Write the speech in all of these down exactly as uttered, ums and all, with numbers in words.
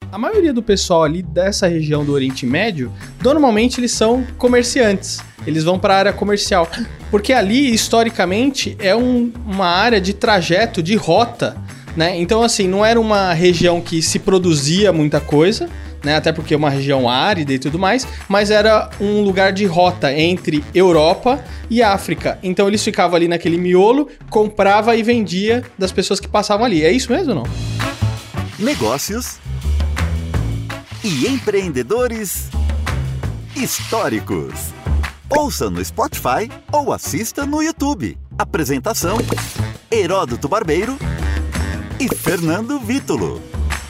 a maioria do pessoal ali dessa região do Oriente Médio, normalmente eles são comerciantes. Eles vão para a área comercial. Porque ali, historicamente, é um, uma área de trajeto, de rota, né? Então, assim, não era uma região que se produzia muita coisa, né? Até porque é uma região árida e tudo mais, mas era um lugar de rota entre Europa e África. Então, eles ficavam ali naquele miolo, comprava e vendia das pessoas que passavam ali. É isso mesmo ou não? Negócios e empreendedores históricos. Ouça no Spotify ou assista no YouTube. Apresentação: Heródoto Barbeiro e Fernando Vítulo.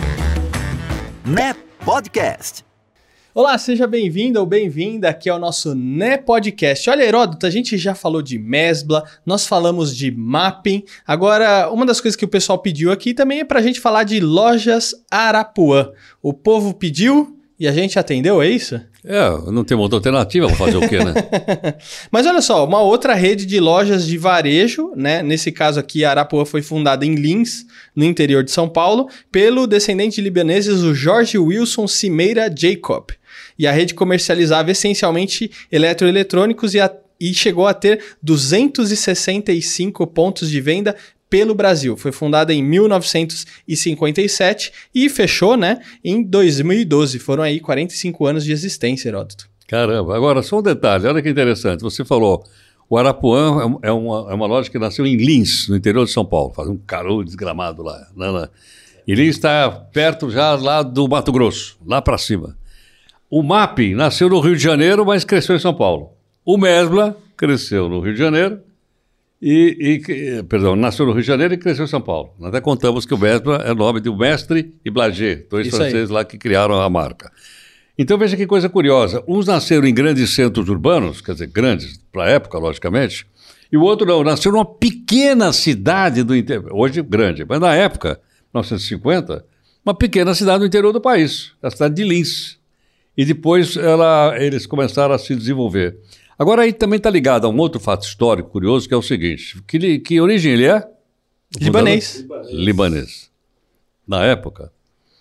Né Podcast. Olá, seja bem-vindo ou bem-vinda aqui ao nosso Né Podcast. Olha, Heródoto, a gente já falou de Mesbla, nós falamos de mapping. Agora, uma das coisas que o pessoal pediu aqui também é pra gente falar de Lojas Arapuã. O povo pediu e a gente atendeu, é isso? É, não tem outra alternativa para fazer o quê, né? Mas olha só, uma outra rede de lojas de varejo, né? Nesse caso aqui, a Arapuã foi fundada em Lins, no interior de São Paulo, pelo descendente de libaneses, o Jorge Wilson Cimeira Jacob. E a rede comercializava essencialmente eletroeletrônicos e, a, e chegou a ter duzentos e sessenta e cinco pontos de venda pelo Brasil. Foi fundada em mil novecentos e cinquenta e sete e fechou, né, em dois mil e doze. Foram aí quarenta e cinco anos de existência, Heródoto. Caramba, agora só um detalhe, olha que interessante. Você falou, o Arapuã é uma, é uma loja que nasceu em Lins, no interior de São Paulo. Faz um calor desgramado lá. Né? E Lins está perto já lá do Mato Grosso, lá para cima. O mapping nasceu no Rio de Janeiro, mas cresceu em São Paulo. O Mesbla cresceu no Rio de Janeiro, e, e perdão, nasceu no Rio de Janeiro e cresceu em São Paulo. Nós até contamos que o Mesbla é o nome do Mestre e Blaget, dois Isso franceses aí. Lá que criaram a marca. Então veja que coisa curiosa, uns nasceram em grandes centros urbanos, quer dizer, grandes para a época, logicamente, e o outro não, nasceu numa pequena cidade do interior, hoje grande, mas na época, mil novecentos e cinquenta, uma pequena cidade do interior do país, a cidade de Lins. E depois ela, eles começaram a se desenvolver. Agora aí também está ligado a um outro fato histórico curioso, que é o seguinte, que, que origem ele é? Libanês. Libanês. Na época,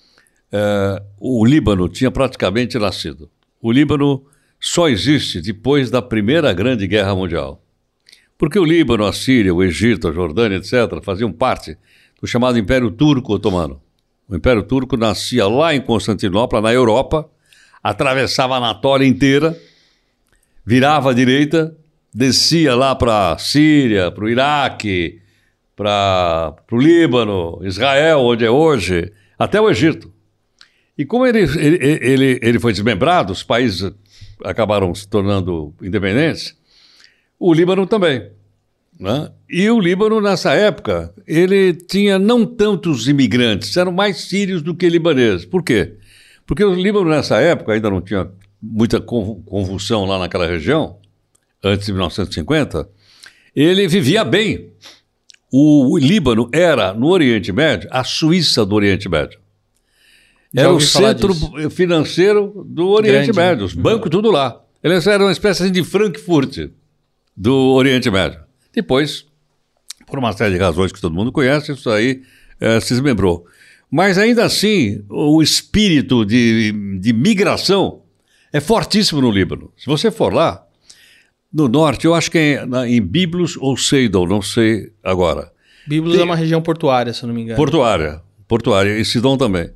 é, o Líbano tinha praticamente nascido. O Líbano só existe depois da Primeira Grande Guerra Mundial. Porque o Líbano, a Síria, o Egito, a Jordânia, etcétera, faziam parte do chamado Império Turco Otomano. O Império Turco nascia lá em Constantinopla, na Europa, atravessava a Anatólia inteira, virava à direita, descia lá para a Síria, para o Iraque, para o Líbano, Israel, onde é hoje, até o Egito. E como ele, ele, ele, ele foi desmembrado, os países acabaram se tornando independentes, o Líbano também. Né? E o Líbano, nessa época, ele tinha não tantos imigrantes, eram mais sírios do que libaneses. Por quê? Porque o Líbano, nessa época, ainda não tinha muita convulsão lá naquela região, antes de mil novecentos e cinquenta, ele vivia bem. O Líbano era, no Oriente Médio, a Suíça do Oriente Médio. Era o centro financeiro do Oriente Grande. Médio, os bancos tudo lá. Eles eram uma espécie de Frankfurt do Oriente Médio. Depois, por uma série de razões que todo mundo conhece, isso aí é, se desmembrou. Mas ainda assim, o espírito de, de migração é fortíssimo no Líbano. Se você for lá, no norte, eu acho que é na, em Byblos ou Seidon, não sei agora. Byblos Tem... é uma região portuária, se eu não me engano. Portuária, portuária, e Sidon também.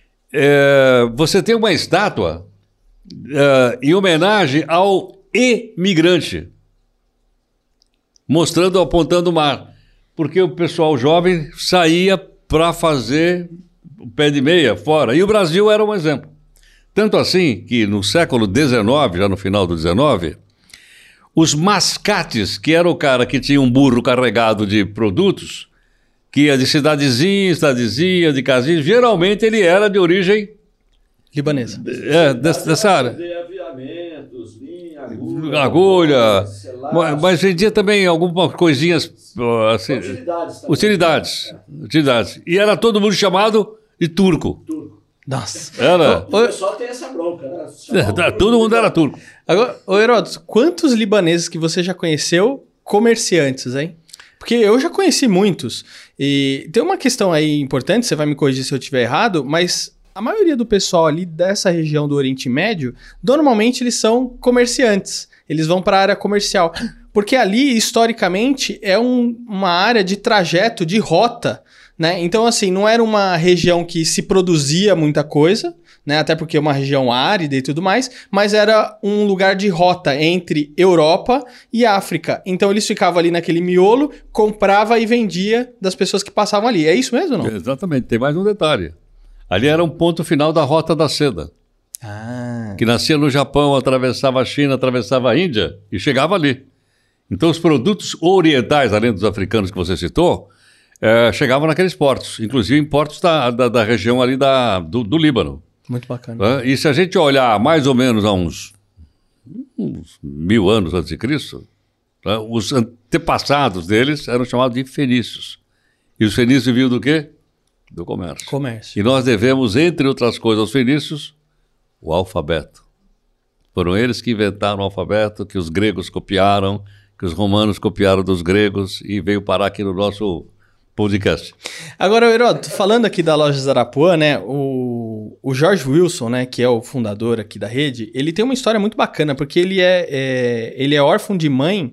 É, você tem uma estátua é, em homenagem ao imigrante, mostrando, apontando o mar, porque o pessoal jovem saía para fazer o pé de meia fora. E o Brasil era um exemplo. Tanto assim que no século dezenove, já no final do dezenove, os mascates, que era o cara que tinha um burro carregado de produtos, que ia de cidadezinha, cidadezinha, de casinha, geralmente ele era de origem libanesa. É, dessa, dessa área. De aviamentos, linha, agulha, agulha mas, mas vendia também algumas coisinhas assim, utilidades, utilidades, utilidades. E era todo mundo chamado de turco. Turco. Nossa. Era. O pessoal tem essa bronca, né? Todo mundo era turco. Agora, ô Heródoto, quantos libaneses que você já conheceu comerciantes, hein? Porque eu já conheci muitos. E tem uma questão aí importante, você vai me corrigir se eu estiver errado, mas a maioria do pessoal ali dessa região do Oriente Médio, normalmente eles são comerciantes. Eles vão para a área comercial. Porque ali, historicamente, é um, uma área de trajeto, de rota, né? Então, assim, não era uma região que se produzia muita coisa, né? Até porque é uma região árida e tudo mais, mas era um lugar de rota entre Europa e África. Então eles ficavam ali naquele miolo, comprava e vendia das pessoas que passavam ali. É isso mesmo ou não? Exatamente. Tem mais um detalhe. Ali era um ponto final da Rota da Seda. Ah. Que nascia no Japão, atravessava a China, atravessava a Índia e chegava ali. Então os produtos orientais, além dos africanos que você citou, é, chegavam naqueles portos. Inclusive em portos da, da, da região ali da, do, do Líbano. Muito bacana. E se a gente olhar mais ou menos a uns, uns mil anos antes de Cristo, né, os antepassados deles eram chamados de fenícios. E os fenícios viviam do quê? Do comércio. Comércio. E nós devemos, entre outras coisas, aos fenícios, o alfabeto. Foram eles que inventaram o alfabeto, que os gregos copiaram, que os romanos copiaram dos gregos e veio parar aqui no nosso podcast. Agora, Heródoto, falando aqui da Lojas Arapuã, né, o, o George Wilson, né, que é o fundador aqui da rede, ele tem uma história muito bacana, porque ele é, é, ele é órfão de mãe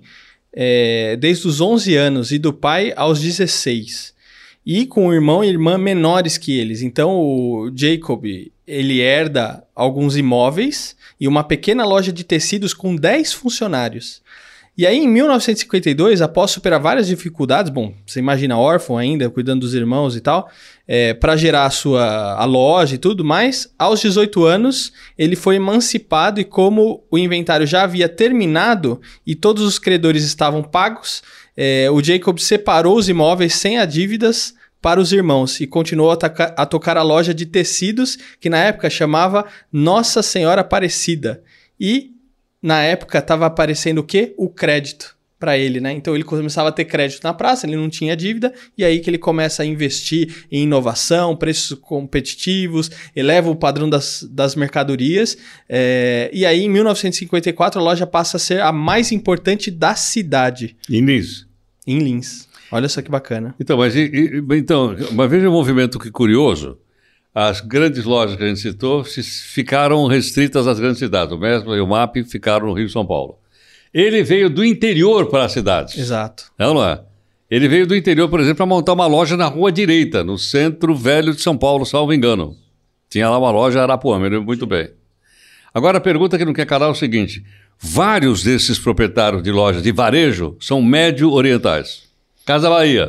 é, desde os onze anos e do pai aos dezesseis. E com o irmão e irmã menores que eles. Então, o Jacob, ele herda alguns imóveis e uma pequena loja de tecidos com dez funcionários. E aí, em mil novecentos e cinquenta e dois, após superar várias dificuldades, bom, você imagina órfão ainda, cuidando dos irmãos e tal, é, para gerar a sua a loja e tudo mais, aos dezoito anos, ele foi emancipado e como o inventário já havia terminado e todos os credores estavam pagos, é, o Jacob separou os imóveis sem a dívidas para os irmãos e continuou a, taca, a tocar a loja de tecidos, que na época chamava Nossa Senhora Aparecida. E na época estava aparecendo o quê? O crédito para ele, né? Então ele começava a ter crédito na praça, ele não tinha dívida, e aí que ele começa a investir em inovação, preços competitivos, eleva o padrão das, das mercadorias, é, e aí em mil novecentos e cinquenta e quatro a loja passa a ser a mais importante da cidade. Em Lins. Em Lins. Olha só que bacana. Então, mas, e, e, então, mas veja um movimento que curioso. As grandes lojas que a gente citou se ficaram restritas às grandes cidades. O Mesbla e o M A P ficaram no Rio e São Paulo. Ele veio do interior para as cidades. Exato. Não, não é? Ele veio do interior, por exemplo, para montar uma loja na Rua Direita, no Centro Velho de São Paulo, salvo engano. Tinha lá uma loja Arapuã, me lembro muito bem. Agora, a pergunta que não quer calar é o seguinte. Vários desses proprietários de lojas de varejo são médio-orientais. Casa Bahia,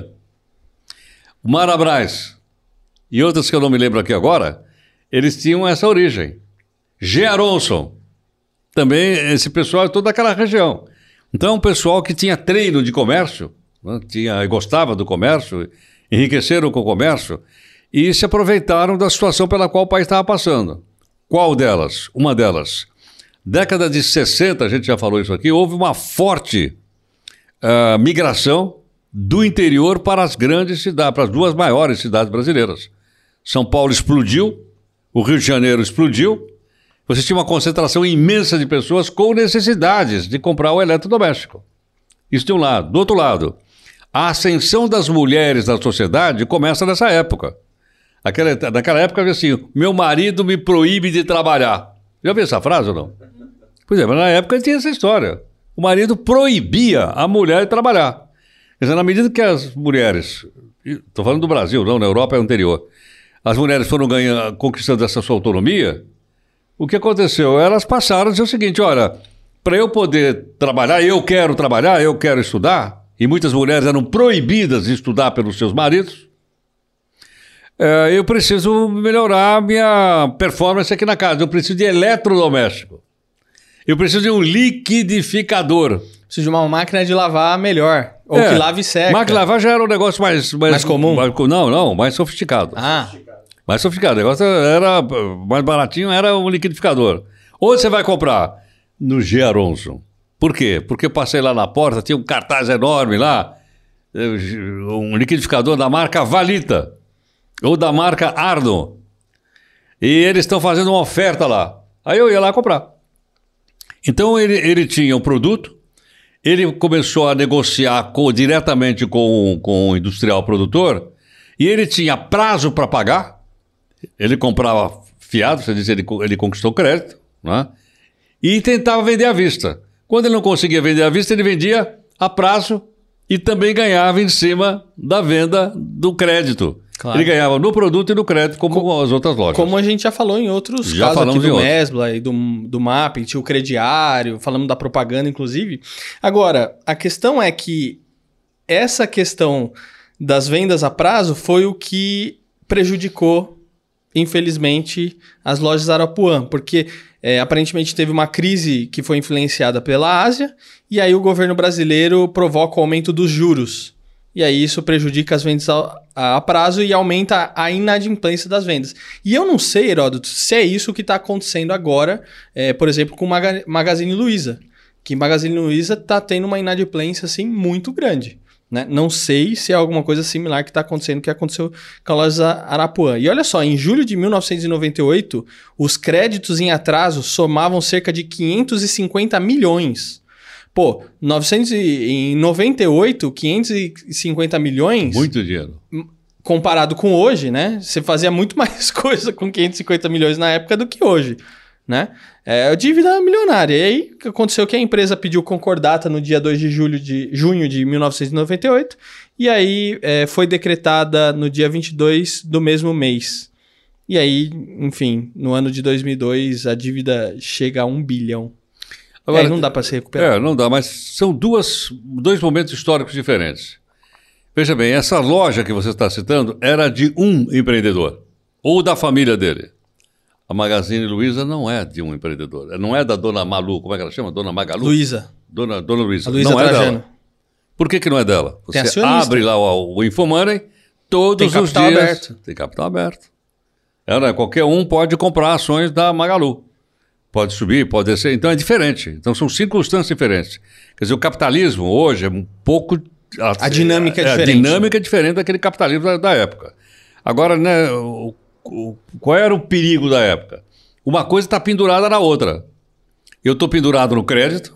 Marabras e outras que eu não me lembro aqui agora, eles tinham essa origem. G. Aronson, também esse pessoal é toda aquela região. Então, um pessoal que tinha treino de comércio, né, tinha, gostava do comércio, enriqueceram com o comércio e se aproveitaram da situação pela qual o país estava passando. Qual delas? Uma delas. Década de sessenta, a gente já falou isso aqui, houve uma forte uh, migração do interior para as grandes cidades, para as duas maiores cidades brasileiras. São Paulo explodiu, o Rio de Janeiro explodiu, você tinha uma concentração imensa de pessoas com necessidades de comprar o eletrodoméstico. Isso de um lado. Do outro lado, a ascensão das mulheres na sociedade começa nessa época. Aquela, naquela época, assim, meu marido me proíbe de trabalhar. Já ouviu essa frase ou não? Pois é, mas na época tinha essa história. O marido proibia a mulher de trabalhar. Quer dizer, na medida que as mulheres, estou falando do Brasil, não, na Europa é o anterior, as mulheres foram ganhando, conquistando essa sua autonomia, o que aconteceu? Elas passaram a dizer o seguinte, olha, para eu poder trabalhar, eu quero trabalhar, eu quero estudar, e muitas mulheres eram proibidas de estudar pelos seus maridos, é, eu preciso melhorar a minha performance aqui na casa, eu preciso de eletrodoméstico, eu preciso de um liquidificador. Preciso de uma máquina de lavar melhor. Ou é, que lave e seca. Máquina de lavar já era um negócio mais... Mais, mais comum? Mais, não, não, mais sofisticado. Ah. Mais sofisticado. O negócio era mais baratinho, era um liquidificador. Onde você vai comprar? No G. Aronson. Por quê? Porque eu passei lá na porta, tinha um cartaz enorme lá, um liquidificador da marca Valita, ou da marca Arno. E eles estão fazendo uma oferta lá. Aí eu ia lá comprar. Então ele, ele tinha um produto, ele começou a negociar com, diretamente com, com o industrial produtor e ele tinha prazo para pagar Ele comprava fiado, você disse, ele, ele conquistou crédito, né? E tentava vender à vista. Quando ele não conseguia vender à vista, ele vendia a prazo e também ganhava em cima da venda do crédito. Claro. Ele ganhava no produto e no crédito, como Co- as outras lojas. Como a gente já falou em outros já casos aqui do outros. Mesbla e do, do Map, tinha o crediário, falamos da propaganda, inclusive. Agora, a questão é que essa questão das vendas a prazo foi o que prejudicou, infelizmente, as lojas Arapuã, porque é, aparentemente teve uma crise que foi influenciada pela Ásia, e aí o governo brasileiro provoca o aumento dos juros. E aí isso prejudica as vendas a, a prazo e aumenta a inadimplência das vendas. E eu não sei, Heródoto, se é isso que está acontecendo agora, é, por exemplo, com o Maga, Magazine Luiza. Que Magazine Luiza está tendo uma inadimplência assim, muito grande. Né? Não sei se é alguma coisa similar que está acontecendo, que aconteceu com a loja Arapuã. E olha só, em julho de mil novecentos e noventa e oito, os créditos em atraso somavam cerca de quinhentos e cinquenta milhões. Pô, novecentos e, em noventa e oito, quinhentos e cinquenta milhões... Muito dinheiro. Comparado com hoje, né? Você fazia muito mais coisa com quinhentos e cinquenta milhões na época do que hoje, né? É dívida milionária. E aí, o que aconteceu? Que a empresa pediu concordata no dia dois de julho de, junho de mil novecentos e noventa e oito, e aí é, foi decretada no dia vinte e dois do mesmo mês. E aí, enfim, no ano de dois mil e dois, a dívida chega a um bilhão. Agora, é, não dá para se recuperar. É, não dá, mas são duas, dois momentos históricos diferentes. Veja bem, essa loja que você está citando era de um empreendedor, ou da família dele. A Magazine Luiza não é de um empreendedor, não é da dona Malu, como é que ela chama? Dona Magalu? Luiza. Dona, dona Luiza. A Luiza não Trajano. É dela. Por que, que não é dela? Você Tem abre lá o, o Infomoney todos Tem os capital dias. Aberto. Tem capital aberto. É, né? Qualquer um pode comprar ações da Magalu. Pode subir, pode descer, então é diferente. Então são circunstâncias diferentes. Quer dizer, o capitalismo hoje é um pouco... A, a dinâmica é, é diferente. A dinâmica é diferente daquele capitalismo da, da época. Agora, né, o, o, qual era o perigo da época? Uma coisa está pendurada na outra. Eu estou pendurado no crédito,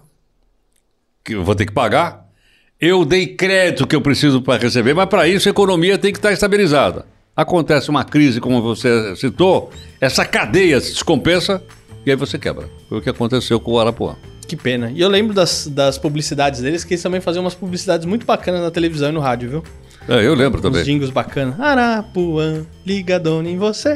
que eu vou ter que pagar. Eu dei crédito que eu preciso para receber, mas para isso a economia tem que estar estabilizada. Acontece uma crise, como você citou, essa cadeia se descompensa... E aí você quebra. Foi o que aconteceu com o Arapuã. Que pena. E eu lembro das, das publicidades deles, que eles também faziam umas publicidades muito bacanas na televisão e no rádio, viu? É, eu lembro também. Uns jingles bacanas. Arapuã, ligadona em você.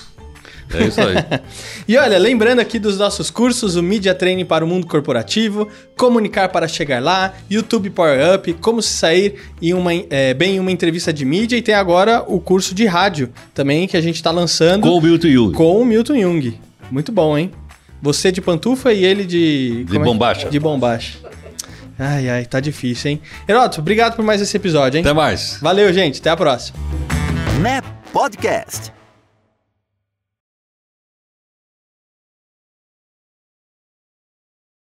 É isso aí. E olha, lembrando aqui dos nossos cursos, o Media Training para o Mundo Corporativo, Comunicar para Chegar Lá, YouTube Power Up, Como se sair em uma, é, bem em uma entrevista de mídia, e tem agora o curso de rádio também, que a gente está lançando. Com o Milton Jung. Com o Milton Jung. Muito bom, hein? Você de pantufa e ele de... De bombacha. É? De bombacha. Ai, ai, tá difícil, hein? Heródoto, obrigado por mais esse episódio, hein? Até mais. Valeu, gente. Até a próxima. N E P Podcast.